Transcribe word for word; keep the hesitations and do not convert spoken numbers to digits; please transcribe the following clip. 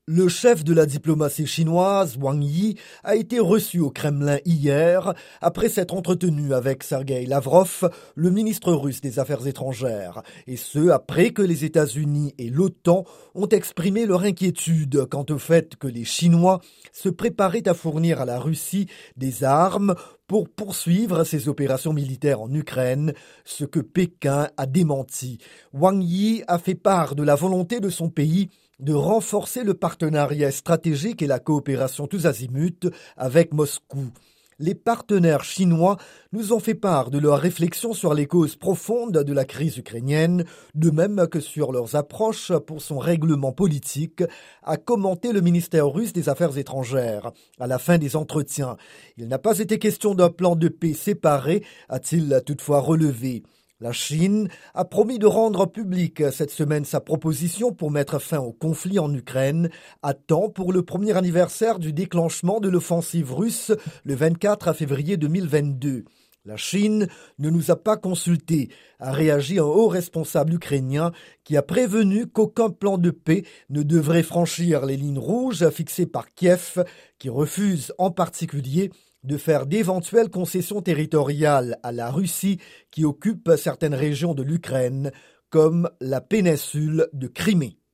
Le chef de la diplomatie chinoise, Wang Yi, a été reçu au Kremlin hier après s'être entretenu avec Sergueï Lavrov, le ministre russe des Affaires étrangères, et ce après que les États-Unis et l'OTAN ont exprimé leur inquiétude quant au fait que les Chinois se préparaient à fournir à la Russie des armes pour poursuivre ses opérations militaires en Ukraine, ce que Pékin a démenti. Wang Yi a fait part de la volonté de son pays de renforcer le partenariat stratégique et la coopération tous azimuts avec Moscou. Les partenaires chinois nous ont fait part de leurs réflexions sur les causes profondes de la crise ukrainienne, de même que sur leurs approches pour son règlement politique, a commenté le ministère russe des Affaires étrangères. À la fin des entretiens, il n'a pas été question d'un plan de paix séparé, a-t-il toutefois relevé. La Chine a promis de rendre publique cette semaine sa proposition pour mettre fin au conflit en Ukraine, à temps pour le premier anniversaire du déclenchement de l'offensive russe le vingt-quatre février deux mille vingt-deux. La Chine ne nous a pas consultés, a réagi un haut responsable ukrainien qui a prévenu qu'aucun plan de paix ne devrait franchir les lignes rouges fixées par Kiev, qui refuse en particulier de faire d'éventuelles concessions territoriales à la Russie qui occupe certaines régions de l'Ukraine, comme la péninsule de Crimée.